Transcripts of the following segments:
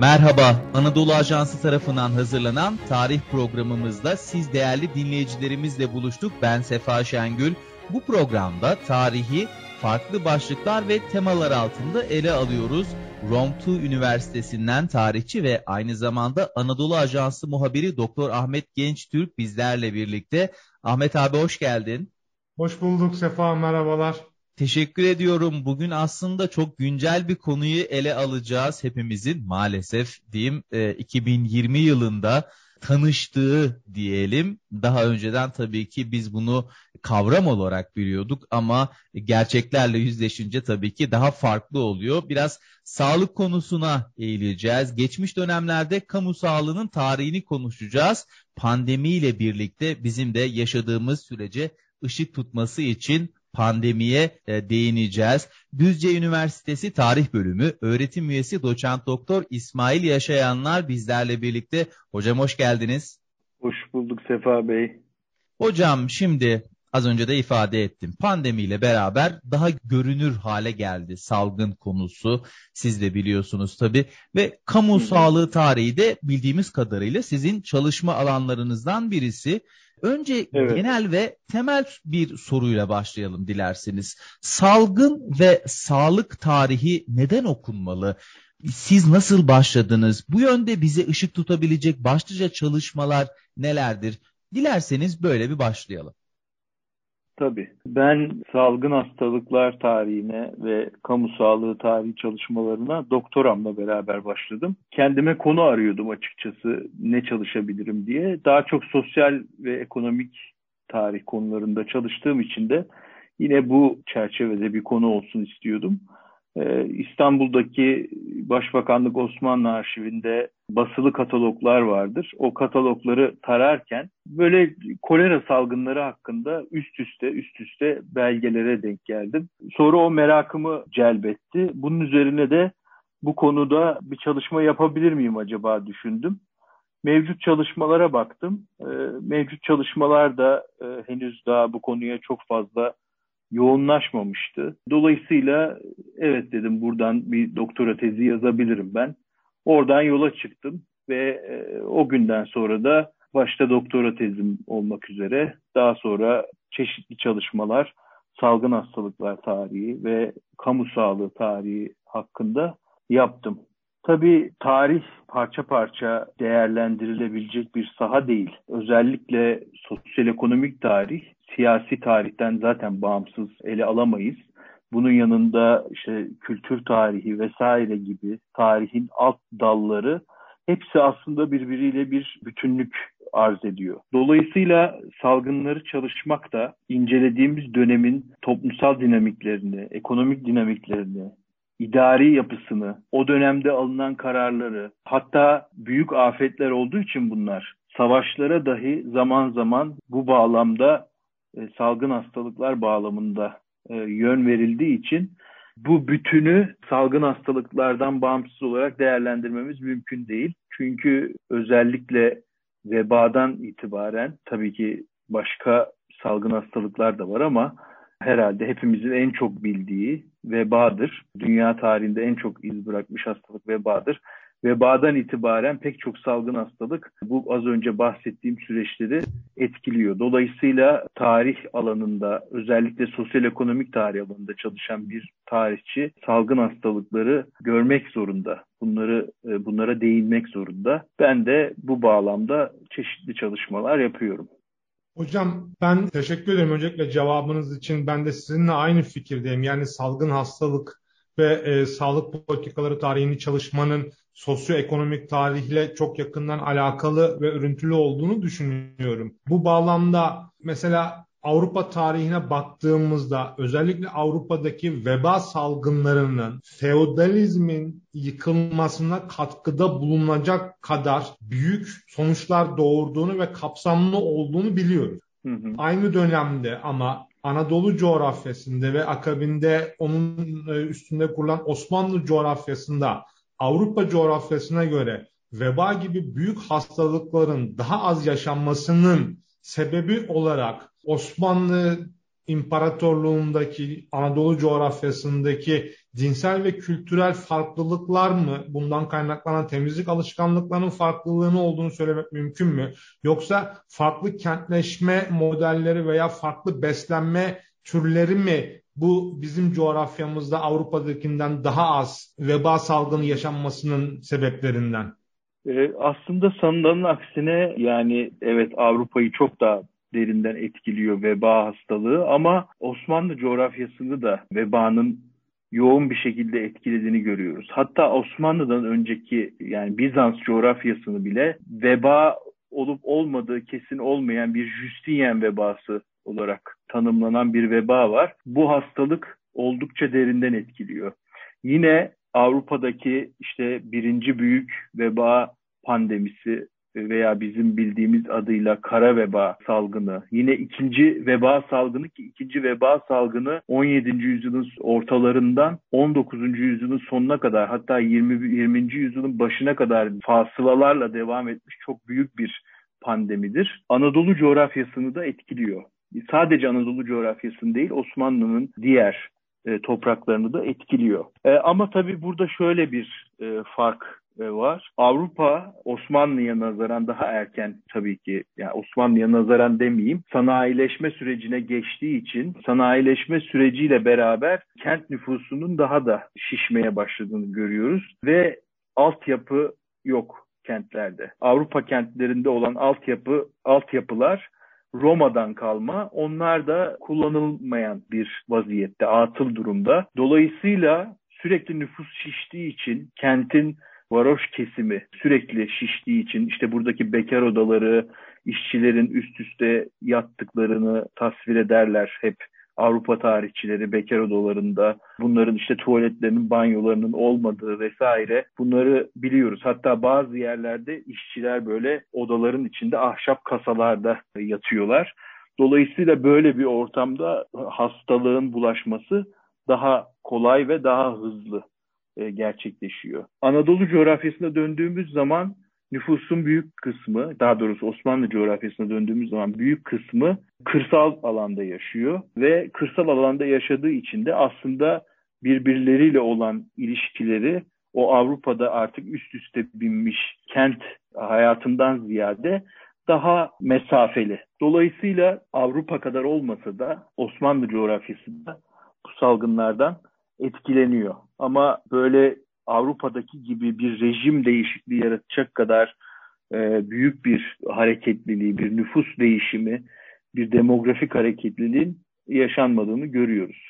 Merhaba, Anadolu Ajansı tarafından hazırlanan tarih programımızda siz değerli dinleyicilerimizle buluştuk. Ben Sefa Şengül. Bu programda tarihi farklı başlıklar ve temalar altında ele alıyoruz. ROM2 Üniversitesi'nden tarihçi ve aynı zamanda Anadolu Ajansı muhabiri Doktor Ahmet Gençtürk bizlerle birlikte. Ahmet abi hoş geldin. Hoş bulduk Sefa, merhabalar. Teşekkür ediyorum. Bugün aslında çok güncel bir konuyu ele alacağız. Hepimizin maalesef diyeyim 2020 yılında tanıştığı diyelim. Daha önceden tabii ki biz bunu kavram olarak biliyorduk ama gerçeklerle yüzleşince tabii ki daha farklı oluyor. Biraz sağlık konusuna eğileceğiz. Geçmiş dönemlerde kamu sağlığının tarihini konuşacağız. Pandemiyle birlikte bizim de yaşadığımız sürece ışık tutması için pandemiye değineceğiz. Düzce Üniversitesi Tarih Bölümü öğretim üyesi Doçent Doktor İsmail Yaşayanlar bizlerle birlikte. Hocam hoş geldiniz. Hoş bulduk Sefa Bey. Hocam şimdi az önce de ifade ettim. Pandemiyle beraber daha görünür hale geldi salgın konusu. Siz de biliyorsunuz tabii. Ve kamu sağlığı tarihi de bildiğimiz kadarıyla sizin çalışma alanlarınızdan birisi. Önce genel ve temel bir soruyla başlayalım dilerseniz. Salgın ve sağlık tarihi neden okunmalı? Siz nasıl başladınız? Bu yönde bize ışık tutabilecek başlıca çalışmalar nelerdir? Dilerseniz böyle bir başlayalım. Tabii. Ben salgın hastalıklar tarihine ve kamu sağlığı tarihi çalışmalarına doktoramla beraber başladım. Kendime konu arıyordum açıkçası ne çalışabilirim diye. Daha çok sosyal ve ekonomik tarih konularında çalıştığım için de yine bu çerçevede bir konu olsun istiyordum. İstanbul'daki Başbakanlık Osmanlı Arşivinde basılı kataloglar vardır. O katalogları tararken böyle kolera salgınları hakkında üst üste belgelere denk geldim. Sonra o merakımı celbetti. Bunun üzerine de bu konuda bir çalışma yapabilir miyim acaba düşündüm. Mevcut çalışmalara baktım. Mevcut çalışmalar da henüz daha bu konuya çok fazla yoğunlaşmamıştı. Dolayısıyla evet dedim, buradan bir doktora tezi yazabilirim ben. Oradan yola çıktım ve o günden sonra da başta doktora tezim olmak üzere daha sonra çeşitli çalışmalar salgın hastalıklar tarihi ve kamu sağlığı tarihi hakkında yaptım. Tabii tarih parça parça değerlendirilebilecek bir saha değil. Özellikle sosyal ekonomik tarih, siyasi tarihten zaten bağımsız ele alamayız. Bunun yanında işte kültür tarihi vesaire gibi tarihin alt dalları hepsi aslında birbiriyle bir bütünlük arz ediyor. Dolayısıyla salgınları çalışmak da incelediğimiz dönemin toplumsal dinamiklerini, ekonomik dinamiklerini, idari yapısını, o dönemde alınan kararları, hatta büyük afetler olduğu için bunlar, savaşlara dahi zaman zaman bu bağlamda salgın hastalıklar bağlamında yön verildiği için bu bütünü salgın hastalıklardan bağımsız olarak değerlendirmemiz mümkün değil. Çünkü özellikle vebadan itibaren tabii ki başka salgın hastalıklar da var ama herhalde hepimizin en çok bildiği vebadır. Dünya tarihinde en çok iz bırakmış hastalık vebadır. Vebadan itibaren pek çok salgın hastalık bu az önce bahsettiğim süreçleri etkiliyor. Dolayısıyla tarih alanında, özellikle sosyal ekonomik tarih alanında çalışan bir tarihçi salgın hastalıkları görmek zorunda. Bunlara değinmek zorunda. Ben de bu bağlamda çeşitli çalışmalar yapıyorum. Hocam ben teşekkür ederim öncelikle cevabınız için. Ben de sizinle aynı fikirdeyim. Yani salgın hastalık ve sağlık politikaları tarihini çalışmanın sosyoekonomik tarihle çok yakından alakalı ve örüntülü olduğunu düşünüyorum. Bu bağlamda mesela Avrupa tarihine baktığımızda özellikle Avrupa'daki veba salgınlarının feodalizmin yıkılmasına katkıda bulunacak kadar büyük sonuçlar doğurduğunu ve kapsamlı olduğunu biliyoruz. Aynı dönemde ama Anadolu coğrafyasında ve akabinde onun üstünde kurulan Osmanlı coğrafyasında Avrupa coğrafyasına göre veba gibi büyük hastalıkların daha az yaşanmasının sebebi olarak Osmanlı İmparatorluğundaki, Anadolu coğrafyasındaki dinsel ve kültürel farklılıklar mı? Bundan kaynaklanan temizlik alışkanlıklarının farklılığını olduğunu söylemek mümkün mü? Yoksa farklı kentleşme modelleri veya farklı beslenme türleri mi bu bizim coğrafyamızda Avrupa'dakinden daha az veba salgını yaşanmasının sebeplerinden? Aslında sanılanın aksine, yani evet, Avrupa'yı çok daha derinden etkiliyor veba hastalığı, ama Osmanlı coğrafyasını da vebanın yoğun bir şekilde etkilediğini görüyoruz. Hatta Osmanlı'dan önceki, yani Bizans coğrafyasını bile veba olup olmadığı kesin olmayan bir Justinian vebası olarak tanımlanan bir veba var. Bu hastalık oldukça derinden etkiliyor. Yine Avrupa'daki işte birinci büyük veba pandemisi veya bizim bildiğimiz adıyla kara veba salgını, yine ikinci veba salgını, ki ikinci veba salgını 17. yüzyılın ortalarından 19. yüzyılın sonuna kadar, hatta 20. yüzyılın başına kadar fasılalarla devam etmiş çok büyük bir pandemidir. Anadolu coğrafyasını da etkiliyor. Sadece Anadolu coğrafyasını değil, Osmanlı'nın diğer topraklarını da etkiliyor. Ama tabii burada şöyle bir fark var. Avrupa Osmanlı'ya nazaran daha erken, tabii ki, yani Osmanlı'ya nazaran demeyeyim, sanayileşme sürecine geçtiği için sanayileşme süreciyle beraber kent nüfusunun daha da şişmeye başladığını görüyoruz ve altyapı yok kentlerde. Avrupa kentlerinde olan altyapılar Roma'dan kalma, onlar da kullanılmayan bir vaziyette, atıl durumda. Dolayısıyla sürekli nüfus şiştiği için, kentin varoş kesimi sürekli şiştiği için, işte buradaki bekar odaları, işçilerin üst üste yattıklarını tasvir ederler hep Avrupa tarihçileri bekar odalarında. Bunların işte tuvaletlerinin, banyolarının olmadığı vesaire, bunları biliyoruz. Hatta bazı yerlerde işçiler böyle odaların içinde ahşap kasalarda yatıyorlar. Dolayısıyla böyle bir ortamda hastalığın bulaşması daha kolay ve daha hızlı gerçekleşiyor. Anadolu coğrafyasına döndüğümüz zaman nüfusun büyük kısmı, daha doğrusu Osmanlı coğrafyasına döndüğümüz zaman büyük kısmı kırsal alanda yaşıyor ve kırsal alanda yaşadığı için de aslında birbirleriyle olan ilişkileri o Avrupa'da artık üst üste binmiş kent hayatından ziyade daha mesafeli. Dolayısıyla Avrupa kadar olmasa da Osmanlı coğrafyasında bu salgınlardan etkileniyor. Ama böyle Avrupa'daki gibi bir rejim değişikliği yaratacak kadar büyük bir hareketliliği, bir nüfus değişimi, bir demografik hareketliliğin yaşanmadığını görüyoruz.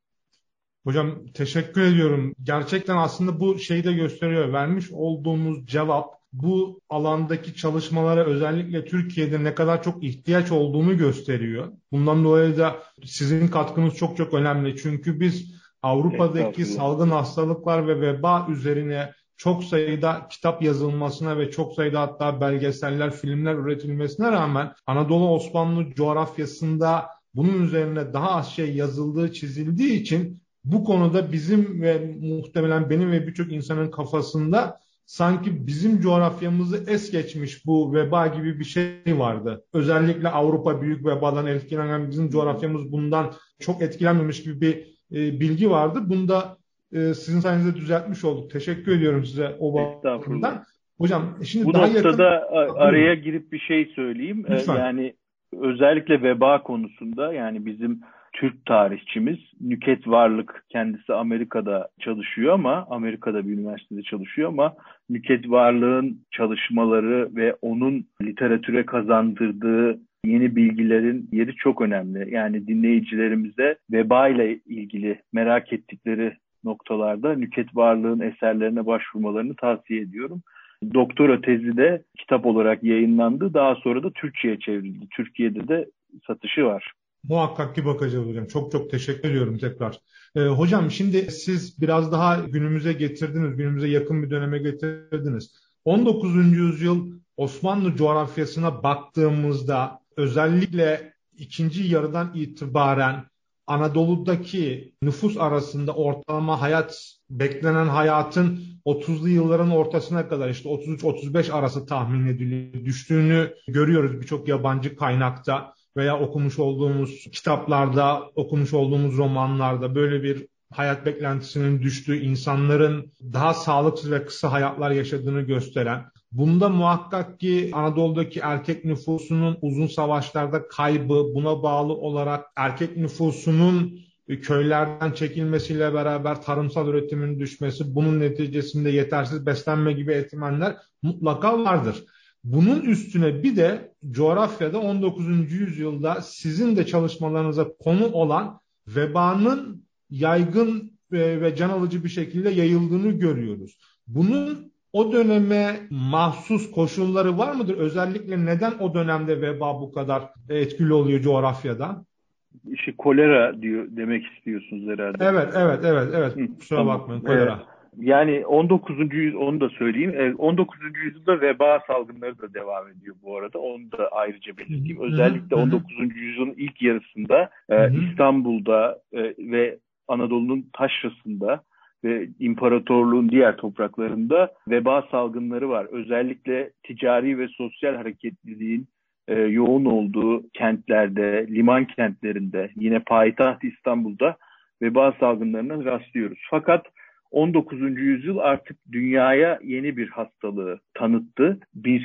Hocam teşekkür ediyorum. Gerçekten aslında bu şeyi de gösteriyor. Vermiş olduğumuz cevap bu alandaki çalışmalara özellikle Türkiye'de ne kadar çok ihtiyaç olduğunu gösteriyor. Bundan dolayı da sizin katkınız çok çok önemli. Çünkü biz Avrupa'daki salgın hastalıklar ve veba üzerine çok sayıda kitap yazılmasına ve çok sayıda hatta belgeseller, filmler üretilmesine rağmen Anadolu Osmanlı coğrafyasında bunun üzerine daha az şey yazıldığı, çizildiği için bu konuda bizim ve muhtemelen benim ve birçok insanın kafasında sanki bizim coğrafyamızı es geçmiş bu veba gibi bir şey vardı. Özellikle Avrupa büyük vebadan etkilenen bizim coğrafyamız bundan çok etkilenmemiş gibi bir bilgi vardı. Bunu da sizin sayenizde düzeltmiş olduk. Teşekkür ediyorum size o bakımdan. Hocam şimdi bu daha noktada yakın... araya girip bir şey söyleyeyim. Lütfen. Yani özellikle veba konusunda, yani bizim Türk tarihçimiz Nüket Varlık, kendisi Amerika'da çalışıyor, ama Amerika'da bir üniversitede çalışıyor, ama Nüket Varlık'ın çalışmaları ve onun literatüre kazandırdığı yeni bilgilerin yeri çok önemli. Yani dinleyicilerimize veba ile ilgili merak ettikleri noktalarda Nüket Varlık'ın eserlerine başvurmalarını tavsiye ediyorum. Doktora tezi de kitap olarak yayınlandı. Daha sonra da Türkçe'ye çevrildi. Türkiye'de de satışı var. Muhakkak ki bakacağız hocam. Çok çok teşekkür ediyorum tekrar. Hocam şimdi siz biraz daha günümüze getirdiniz. Günümüze yakın bir döneme getirdiniz. 19. yüzyıl Osmanlı coğrafyasına baktığımızda özellikle ikinci yarıdan itibaren Anadolu'daki nüfus arasında ortalama beklenen hayatın 30'lu yılların ortasına kadar işte 33-35 arası tahmin ediliyor, düştüğünü görüyoruz birçok yabancı kaynakta. veya okumuş olduğumuz kitaplarda, okumuş olduğumuz romanlarda böyle bir hayat beklentisinin düştüğü, insanların daha sağlıksız ve kısa hayatlar yaşadığını gösteren, bunda muhakkak ki Anadolu'daki erkek nüfusunun uzun savaşlarda kaybı, buna bağlı olarak erkek nüfusunun köylerden çekilmesiyle beraber tarımsal üretimin düşmesi, bunun neticesinde yetersiz beslenme gibi etmenler mutlaka vardır. Bunun üstüne bir de coğrafyada 19. yüzyılda sizin de çalışmalarınıza konu olan vebanın yaygın ve can alıcı bir şekilde yayıldığını görüyoruz. Bunun o döneme mahsus koşulları var mıdır? Özellikle neden o dönemde veba bu kadar etkili oluyor coğrafyada? İşte kolera diyor demek istiyorsunuz herhalde. Evet. Kusura Tamam. bakmayın, kolera. Yani 19. yüzyıl, onu da söyleyeyim. 19. yüzyılda veba salgınları da devam ediyor bu arada. Onu da ayrıca belirteyim. Özellikle 19. yüzyılın ilk yarısında İstanbul'da ve Anadolu'nun taşrasında ve imparatorluğun diğer topraklarında veba salgınları var. Özellikle ticari ve sosyal hareketliliğin yoğun olduğu kentlerde, liman kentlerinde, yine payitaht İstanbul'da veba salgınlarına rastlıyoruz. Fakat 19. yüzyıl artık dünyaya yeni bir hastalığı tanıttı.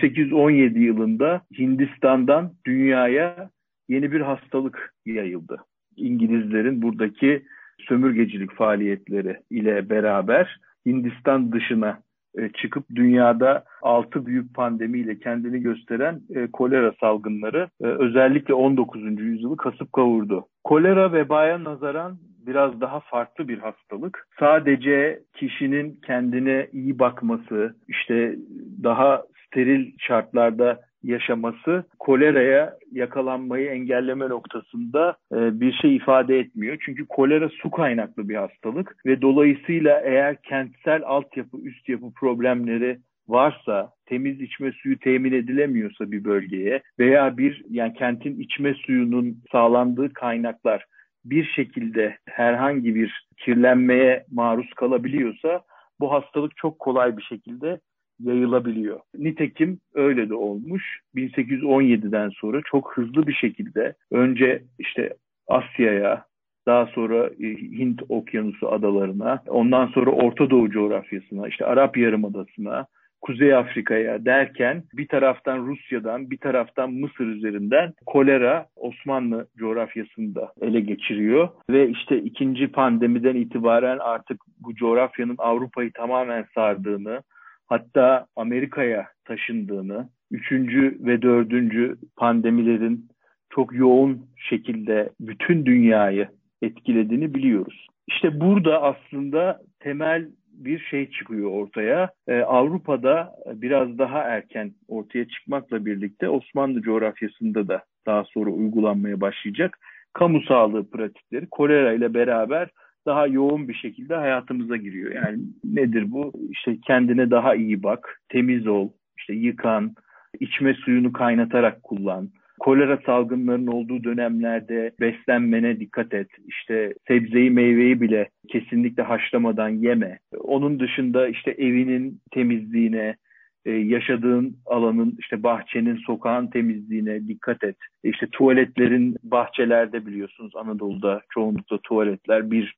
1817 yılında Hindistan'dan dünyaya yeni bir hastalık yayıldı. İngilizlerin buradaki sömürgecilik faaliyetleri ile beraber Hindistan dışına çıkıp dünyada 6 büyük pandemiyle kendini gösteren kolera salgınları özellikle 19. yüzyılı kasıp kavurdu. Kolera vebaya nazaran biraz daha farklı bir hastalık. Sadece kişinin kendine iyi bakması, işte daha steril şartlarda yaşaması koleraya yakalanmayı engelleme noktasında bir şey ifade etmiyor. Çünkü kolera su kaynaklı bir hastalık ve dolayısıyla eğer kentsel altyapı, üst yapı problemleri varsa, temiz içme suyu temin edilemiyorsa bir bölgeye veya yani kentin içme suyunun sağlandığı kaynaklar bir şekilde herhangi bir kirlenmeye maruz kalabiliyorsa bu hastalık çok kolay bir şekilde yayılabiliyor. Nitekim öyle de olmuş. 1817'den sonra çok hızlı bir şekilde önce işte Asya'ya, daha sonra Hint Okyanusu adalarına, ondan sonra Orta Doğu coğrafyasına, işte Arap Yarımadası'na, Kuzey Afrika'ya derken bir taraftan Rusya'dan, bir taraftan Mısır üzerinden kolera Osmanlı coğrafyasını da ele geçiriyor. Ve işte ikinci pandemiden itibaren artık bu coğrafyanın Avrupa'yı tamamen sardığını, hatta Amerika'ya taşındığını, 3. ve 4. pandemilerin çok yoğun şekilde bütün dünyayı etkilediğini biliyoruz. İşte burada aslında temel bir şey çıkıyor ortaya. Avrupa'da biraz daha erken ortaya çıkmakla birlikte Osmanlı coğrafyasında da daha sonra uygulanmaya başlayacak kamu sağlığı pratikleri kolera ile beraber daha yoğun bir şekilde hayatımıza giriyor. Yani nedir bu? İşte kendine daha iyi bak, temiz ol, işte yıkan, içme suyunu kaynatarak kullan. Kolera salgınlarının olduğu dönemlerde beslenmene dikkat et. İşte sebzeyi, meyveyi bile kesinlikle haşlamadan yeme. Onun dışında işte evinin temizliğine, yaşadığın alanın, işte bahçenin, sokağın temizliğine dikkat et. İşte tuvaletlerin bahçelerde biliyorsunuz Anadolu'da çoğunlukla tuvaletler bir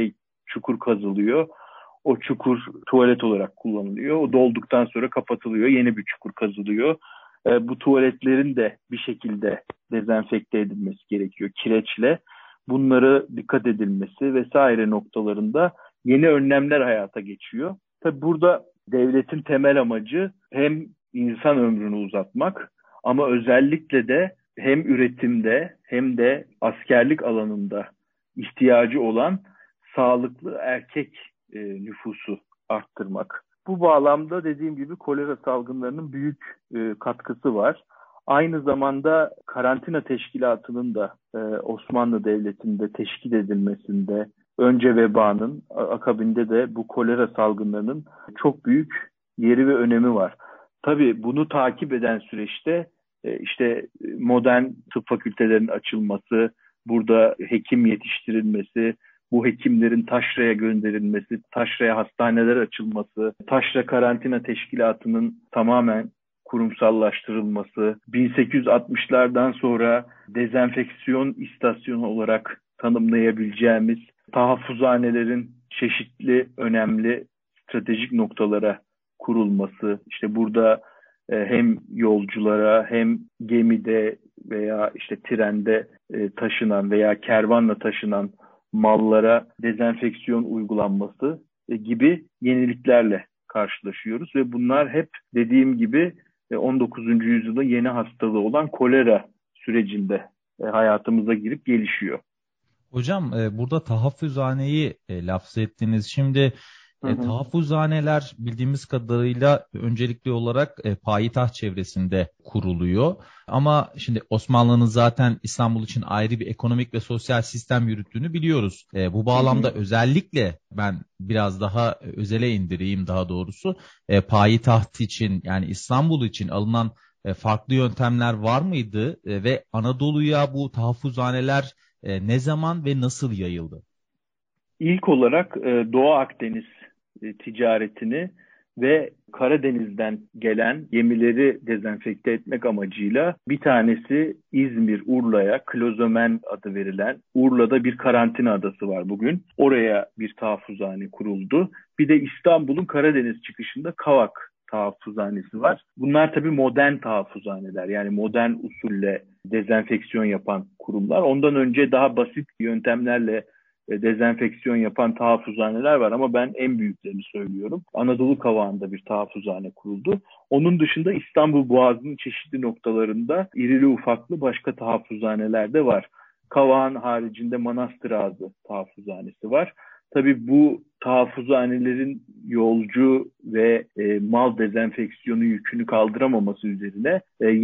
çukur kazılıyor. O çukur tuvalet olarak kullanılıyor. O dolduktan sonra kapatılıyor. Yeni bir çukur kazılıyor. Bu tuvaletlerin de bir şekilde dezenfekte edilmesi gerekiyor kireçle. Bunlara dikkat edilmesi vesaire noktalarında yeni önlemler hayata geçiyor. Tabii burada devletin temel amacı hem insan ömrünü uzatmak ama özellikle de hem üretimde hem de askerlik alanında ihtiyacı olan sağlıklı erkek nüfusu arttırmak. Bu bağlamda dediğim gibi kolera salgınlarının büyük katkısı var. Aynı zamanda karantina teşkilatının da Osmanlı Devleti'nde teşkil edilmesinde önce vebanın akabinde de bu kolera salgınlarının çok büyük yeri ve önemi var. Tabii bunu takip eden süreçte işte modern tıp fakültelerinin açılması, burada hekim yetiştirilmesi, bu hekimlerin taşraya gönderilmesi, taşraya hastaneler açılması, taşra karantina teşkilatının tamamen kurumsallaştırılması, 1860'lardan sonra dezenfeksiyon istasyonu olarak tanımlayabileceğimiz tahaffuzhanelerin çeşitli önemli stratejik noktalara kurulması, işte burada hem yolculara hem gemide veya işte trende taşınan veya kervanla taşınan mallara dezenfeksiyon uygulanması gibi yeniliklerle karşılaşıyoruz ve bunlar hep dediğim gibi 19. yüzyılda yeni hastalığı olan kolera sürecinde hayatımıza girip gelişiyor. Hocam burada tahaffuzhaneyi lafz ettiniz. Şimdi tahaffuzhaneler bildiğimiz kadarıyla öncelikli olarak payitaht çevresinde kuruluyor. Ama şimdi Osmanlı'nın zaten İstanbul için ayrı bir ekonomik ve sosyal sistem yürüttüğünü biliyoruz. Bu bağlamda özellikle ben biraz daha özele indireyim daha doğrusu. Payitaht için yani İstanbul için alınan farklı yöntemler var mıydı? Ve Anadolu'ya bu tahaffuzhaneler ne zaman ve nasıl yayıldı? İlk olarak Doğu Akdeniz ticaretini ve Karadeniz'den gelen gemileri dezenfekte etmek amacıyla bir tanesi İzmir, Urla'ya Klozomen adı verilen Urla'da bir karantina adası var bugün. Oraya bir tahaffuzhane kuruldu. Bir de İstanbul'un Karadeniz çıkışında Kavak tahaffuzhanesi var. Bunlar tabii modern tahaffuzhaneler, yani modern usulle dezenfeksiyon yapan kurumlar. Ondan önce daha basit yöntemlerle dezenfeksiyon yapan tahaffuzhaneler var ama ben en büyüklerini söylüyorum. Anadolu Kavağı'nda bir tahaffuzhane kuruldu. Onun dışında İstanbul Boğazı'nın çeşitli noktalarında irili ufaklı başka tahaffuzhaneler de var. Kavağın haricinde Manastırağzı tahaffuzhanesi var. Tabii bu tahaffuzhanelerin yolcu ve mal dezenfeksiyonu yükünü kaldıramaması üzerine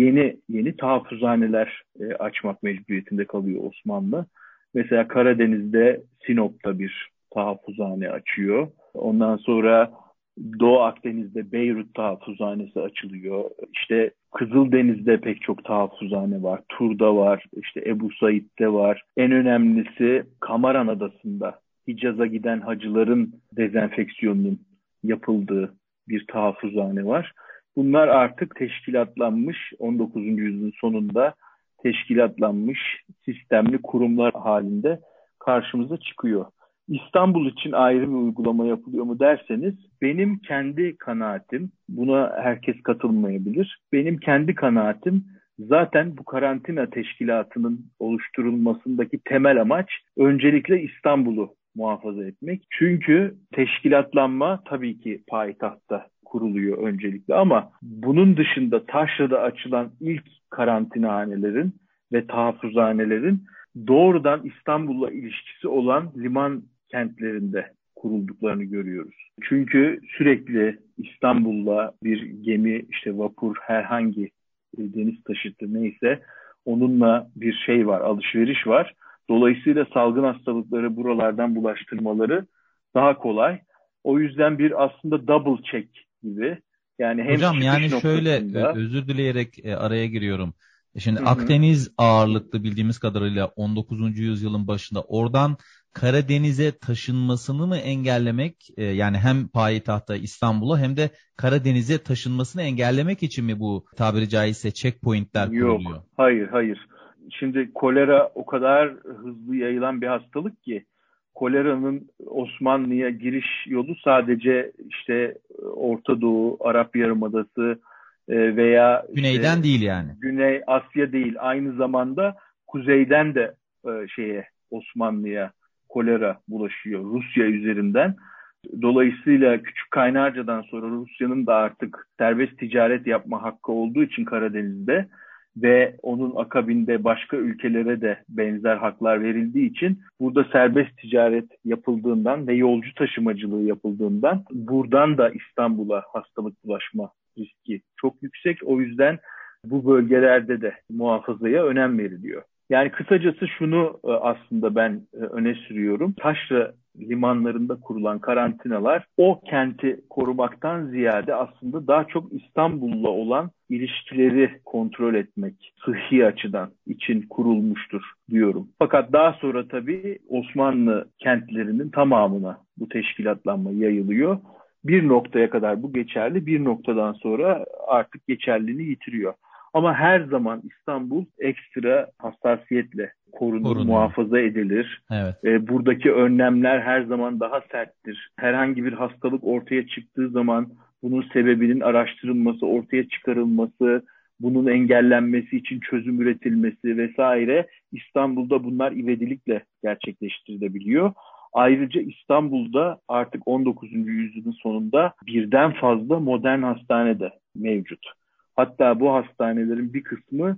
yeni tahaffuzhaneler açmak mecburiyetinde kalıyor Osmanlı. Mesela Karadeniz'de Sinop'ta bir tahaffuzhane açıyor. Ondan sonra Doğu Akdeniz'de Beyrut tahaffuzhanesi açılıyor. İşte Kızıldeniz'de pek çok tahaffuzhane var. Tur'da var, işte Ebu Said'de var. En önemlisi Kamaran Adası'nda Hicaz'a giden hacıların dezenfeksiyonunun yapıldığı bir tahaffuzhane var. Bunlar artık teşkilatlanmış, 19. yüzyılın sonunda teşkilatlanmış sistemli kurumlar halinde karşımıza çıkıyor. İstanbul için ayrı bir uygulama yapılıyor mu derseniz, benim kendi kanaatim, buna herkes katılmayabilir. Benim kendi kanaatim, zaten bu karantina teşkilatının oluşturulmasındaki temel amaç öncelikle İstanbul'u muhafaza etmek. Çünkü teşkilatlanma tabii ki payitahtta kuruluyor öncelikle ama bunun dışında taşrada açılan ilk karantinhanelerin ve tahaffuzhanelerin doğrudan İstanbul'la ilişkisi olan liman kentlerinde kurulduklarını görüyoruz. Çünkü sürekli İstanbul'la bir gemi, işte vapur, herhangi deniz taşıtı neyse onunla bir şey var, alışveriş var. Dolayısıyla salgın hastalıkları buralardan bulaştırmaları daha kolay. O yüzden bir aslında double check gibi. Yani hem hocam yani şöyle noktasında... özür dileyerek araya giriyorum. Şimdi Akdeniz ağırlıklı bildiğimiz kadarıyla 19. yüzyılın başında oradan Karadeniz'e taşınmasını mı engellemek, yani hem payitahta İstanbul'a hem de Karadeniz'e taşınmasını engellemek için mi bu tabiri caizse checkpointler kuruluyor? Yok, hayır. Şimdi kolera o kadar hızlı yayılan bir hastalık ki koleranın Osmanlı'ya giriş yolu sadece işte Orta Doğu, Arap Yarımadası veya Güneyden işte, değil yani. Güney Asya değil, aynı zamanda kuzeyden de Osmanlı'ya kolera bulaşıyor Rusya üzerinden. Dolayısıyla Küçük Kaynarca'dan sonra Rusya'nın da artık serbest ticaret yapma hakkı olduğu için Karadeniz'de ve onun akabinde başka ülkelere de benzer haklar verildiği için burada serbest ticaret yapıldığından ve yolcu taşımacılığı yapıldığından buradan da İstanbul'a hastalık bulaşma riski çok yüksek. O yüzden bu bölgelerde de muhafazaya önem veriliyor. Yani kısacası şunu aslında ben öne sürüyorum. Taşra limanlarında kurulan karantinalar o kenti korumaktan ziyade aslında daha çok İstanbul'la olan ilişkileri kontrol etmek, sıhhi açıdan için kurulmuştur diyorum. Fakat daha sonra tabii Osmanlı kentlerinin tamamına bu teşkilatlanma yayılıyor Bir noktaya kadar bu geçerli, bir noktadan sonra artık geçerliliğini yitiriyor. Ama her zaman İstanbul ekstra hassasiyetle korunur, muhafaza edilir. Evet. Buradaki önlemler her zaman daha serttir. Herhangi bir hastalık ortaya çıktığı zaman bunun sebebinin araştırılması, ortaya çıkarılması, bunun engellenmesi için çözüm üretilmesi vesaire, İstanbul'da bunlar ivedilikle gerçekleştirilebiliyor. Ayrıca İstanbul'da artık 19. yüzyılın sonunda birden fazla modern hastane de mevcut. Hatta bu hastanelerin bir kısmı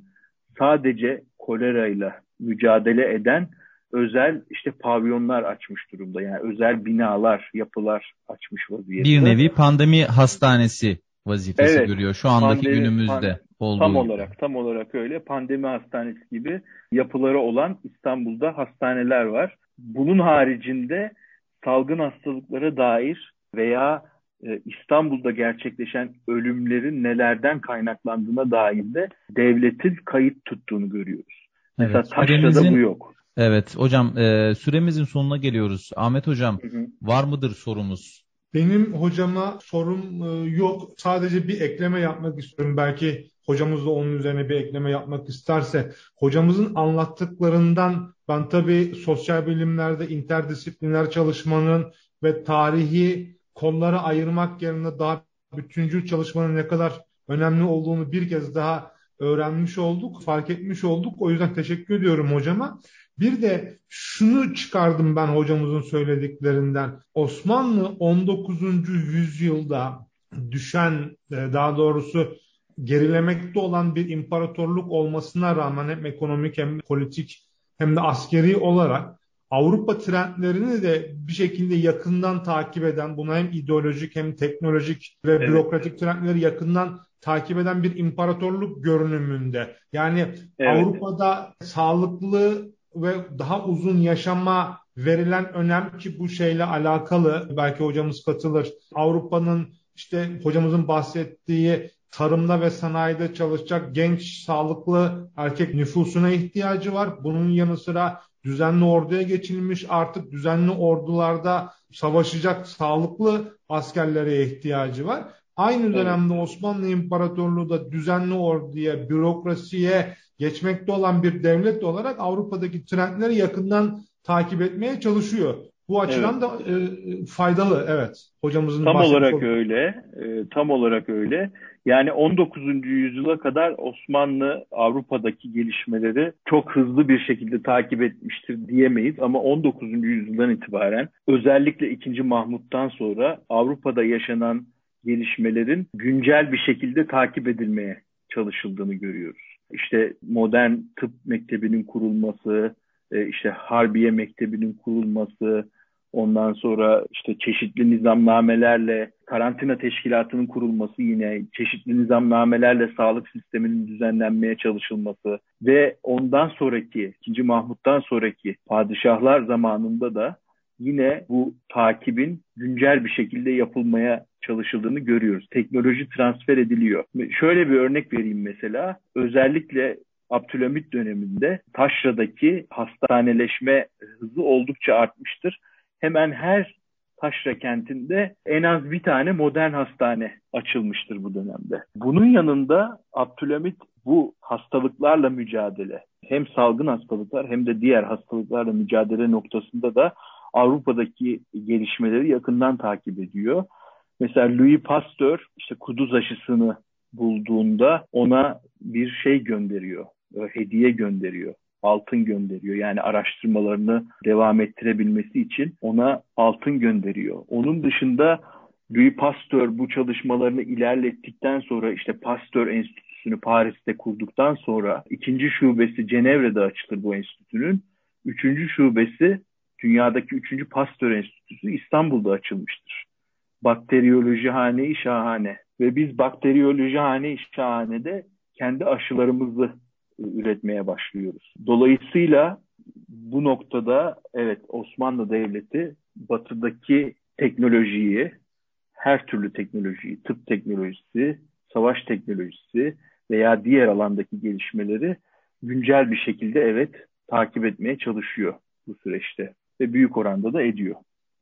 sadece kolerayla mücadele eden özel pavyonlar açmış durumda. Yani özel binalar, yapılar açmış vaziyette. Bir nevi pandemi hastanesi vazifesi görüyor şu andaki günümüzde olduğu gibi. Tam olarak öyle. Pandemi hastanesi gibi yapıları olan İstanbul'da hastaneler var. Bunun haricinde salgın hastalıklara dair veya İstanbul'da gerçekleşen ölümlerin nelerden kaynaklandığına dair de devletin kayıt tuttuğunu görüyoruz. Evet, mesela Taşra'da bu yok. Evet hocam, süremizin sonuna geliyoruz. Ahmet hocam, var mıdır sorumuz? Benim hocama sorum yok. Sadece bir ekleme yapmak istiyorum. Belki hocamız da onun üzerine bir ekleme yapmak isterse. Hocamızın anlattıklarından ben tabii sosyal bilimlerde interdisipliner çalışmanın ve tarihi kollara ayırmak yerine daha bütüncül çalışmanın ne kadar önemli olduğunu bir kez daha öğrenmiş olduk, fark etmiş olduk. O yüzden teşekkür ediyorum hocama. Bir de şunu çıkardım ben hocamızın söylediklerinden. Osmanlı 19. yüzyılda düşen, daha doğrusu gerilemekte olan bir imparatorluk olmasına rağmen hem ekonomik hem politik hem de askeri olarak Avrupa trendlerini de bir şekilde yakından takip eden, buna hem ideolojik hem teknolojik ve bürokratik trendleri yakından takip eden bir imparatorluk görünümünde. Yani Avrupa'da sağlıklı ve daha uzun yaşama verilen önem, ki bu şeyle alakalı, belki hocamız katılır. Avrupa'nın hocamızın bahsettiği tarımda ve sanayide çalışacak genç, sağlıklı erkek nüfusuna ihtiyacı var. Bunun yanı sıra düzenli orduya geçilmiş, artık düzenli ordularda savaşacak sağlıklı askerlere ihtiyacı var. Aynı dönemde Osmanlı İmparatorluğu da düzenli orduya, bürokrasiye geçmekte olan bir devlet olarak Avrupa'daki trendleri yakından takip etmeye çalışıyor. Bu açıdan da faydalı. Evet. Hocamızın tam olarak öyle. Tam olarak öyle. Yani 19. yüzyıla kadar Osmanlı Avrupa'daki gelişmeleri çok hızlı bir şekilde takip etmiştir diyemeyiz, ama 19. yüzyıldan itibaren özellikle 2. Mahmut'tan sonra Avrupa'da yaşanan gelişmelerin güncel bir şekilde takip edilmeye çalışıldığını görüyoruz. Modern tıp mektebinin kurulması, Harbiye Mektebi'nin kurulması, ondan sonra çeşitli nizamnamelerle karantina teşkilatının kurulması, yine çeşitli nizamnamelerle sağlık sisteminin düzenlenmeye çalışılması ve ondan sonraki 2. Mahmut'tan sonraki padişahlar zamanında da yine bu takibin güncel bir şekilde yapılmaya çalışıldığını görüyoruz. Teknoloji transfer ediliyor. Şöyle bir örnek vereyim mesela. Özellikle Abdülhamit döneminde Taşra'daki hastaneleşme hızı oldukça artmıştır. Hemen her Taşra kentinde en az bir tane modern hastane açılmıştır bu dönemde. Bunun yanında Abdülhamit bu hastalıklarla mücadele, hem salgın hastalıklar hem de diğer hastalıklarla mücadele noktasında da Avrupa'daki gelişmeleri yakından takip ediyor. Mesela Louis Pasteur kuduz aşısını bulduğunda ona bir şey gönderiyor, hediye gönderiyor. Altın gönderiyor. Yani araştırmalarını devam ettirebilmesi için ona altın gönderiyor. Onun dışında Louis Pasteur bu çalışmalarını ilerlettikten sonra Pasteur Enstitüsü'nü Paris'te kurduktan sonra 2. şubesi Cenevre'de açılır bu enstitünün. 3. şubesi, dünyadaki 3. Pasteur Enstitüsü İstanbul'da açılmıştır. Bakteriyoloji-hane-i şahane. Ve biz bakteriyoloji-hane-i şahanede kendi aşılarımızı üretmeye başlıyoruz. Dolayısıyla bu noktada Osmanlı Devleti batıdaki teknolojiyi, her türlü teknolojiyi, tıp teknolojisi, savaş teknolojisi veya diğer alandaki gelişmeleri güncel bir şekilde takip etmeye çalışıyor bu süreçte ve büyük oranda da ediyor.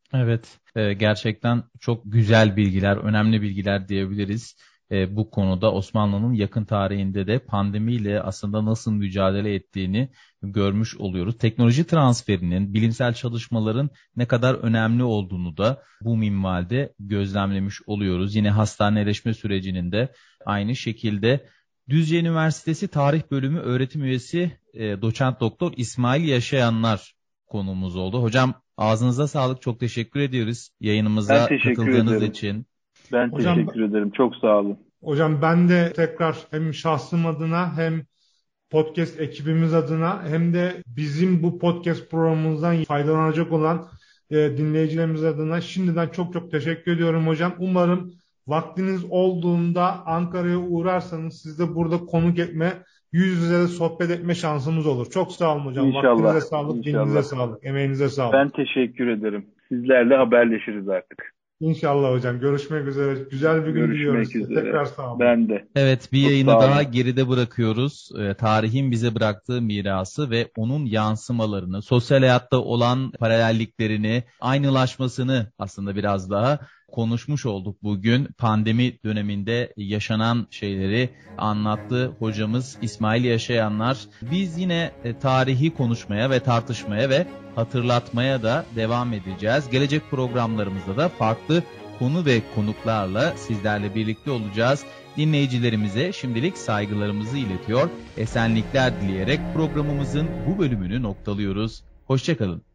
Evet, gerçekten çok güzel bilgiler, önemli bilgiler diyebiliriz. Bu konuda Osmanlı'nın yakın tarihinde de pandemiyle aslında nasıl mücadele ettiğini görmüş oluyoruz. Teknoloji transferinin, bilimsel çalışmaların ne kadar önemli olduğunu da bu minvalde gözlemlemiş oluyoruz. Yine hastaneleşme sürecinin de aynı şekilde. Düzce Üniversitesi Tarih Bölümü öğretim üyesi doçent doktor İsmail Yaşayanlar konuğumuz oldu. Hocam ağzınıza sağlık. Çok teşekkür ediyoruz yayınımıza katıldığınız için. Ben teşekkür ederim. Çok sağ olun. Hocam ben de tekrar hem şahsım adına hem podcast ekibimiz adına hem de bizim bu podcast programımızdan faydalanacak olan dinleyicilerimiz adına şimdiden çok çok teşekkür ediyorum hocam. Umarım vaktiniz olduğunda Ankara'ya uğrarsanız siz de burada konuk etme, yüz yüze de sohbet etme şansımız olur. Çok sağ olun hocam. İnşallah. Vaktinize sağlık, dilinize sağlık, emeğinize sağlık. Ben teşekkür ederim. Sizlerle haberleşiriz artık. İnşallah hocam. Görüşmek üzere. Güzel bir gün diliyoruz size. Tekrar sağ olun. Ben de. Evet, bir yayını daha geride bırakıyoruz. Tarihin bize bıraktığı mirası ve onun yansımalarını, sosyal hayatta olan paralelliklerini, aynılaşmasını aslında biraz daha konuşmuş olduk bugün. Pandemi döneminde yaşanan şeyleri anlattı hocamız İsmail Yaşayanlar. Biz yine tarihi konuşmaya ve tartışmaya ve hatırlatmaya da devam edeceğiz. Gelecek programlarımızda da farklı konu ve konuklarla sizlerle birlikte olacağız. Dinleyicilerimize şimdilik saygılarımızı iletiyor, esenlikler dileyerek programımızın bu bölümünü noktalıyoruz. Hoşça kalın.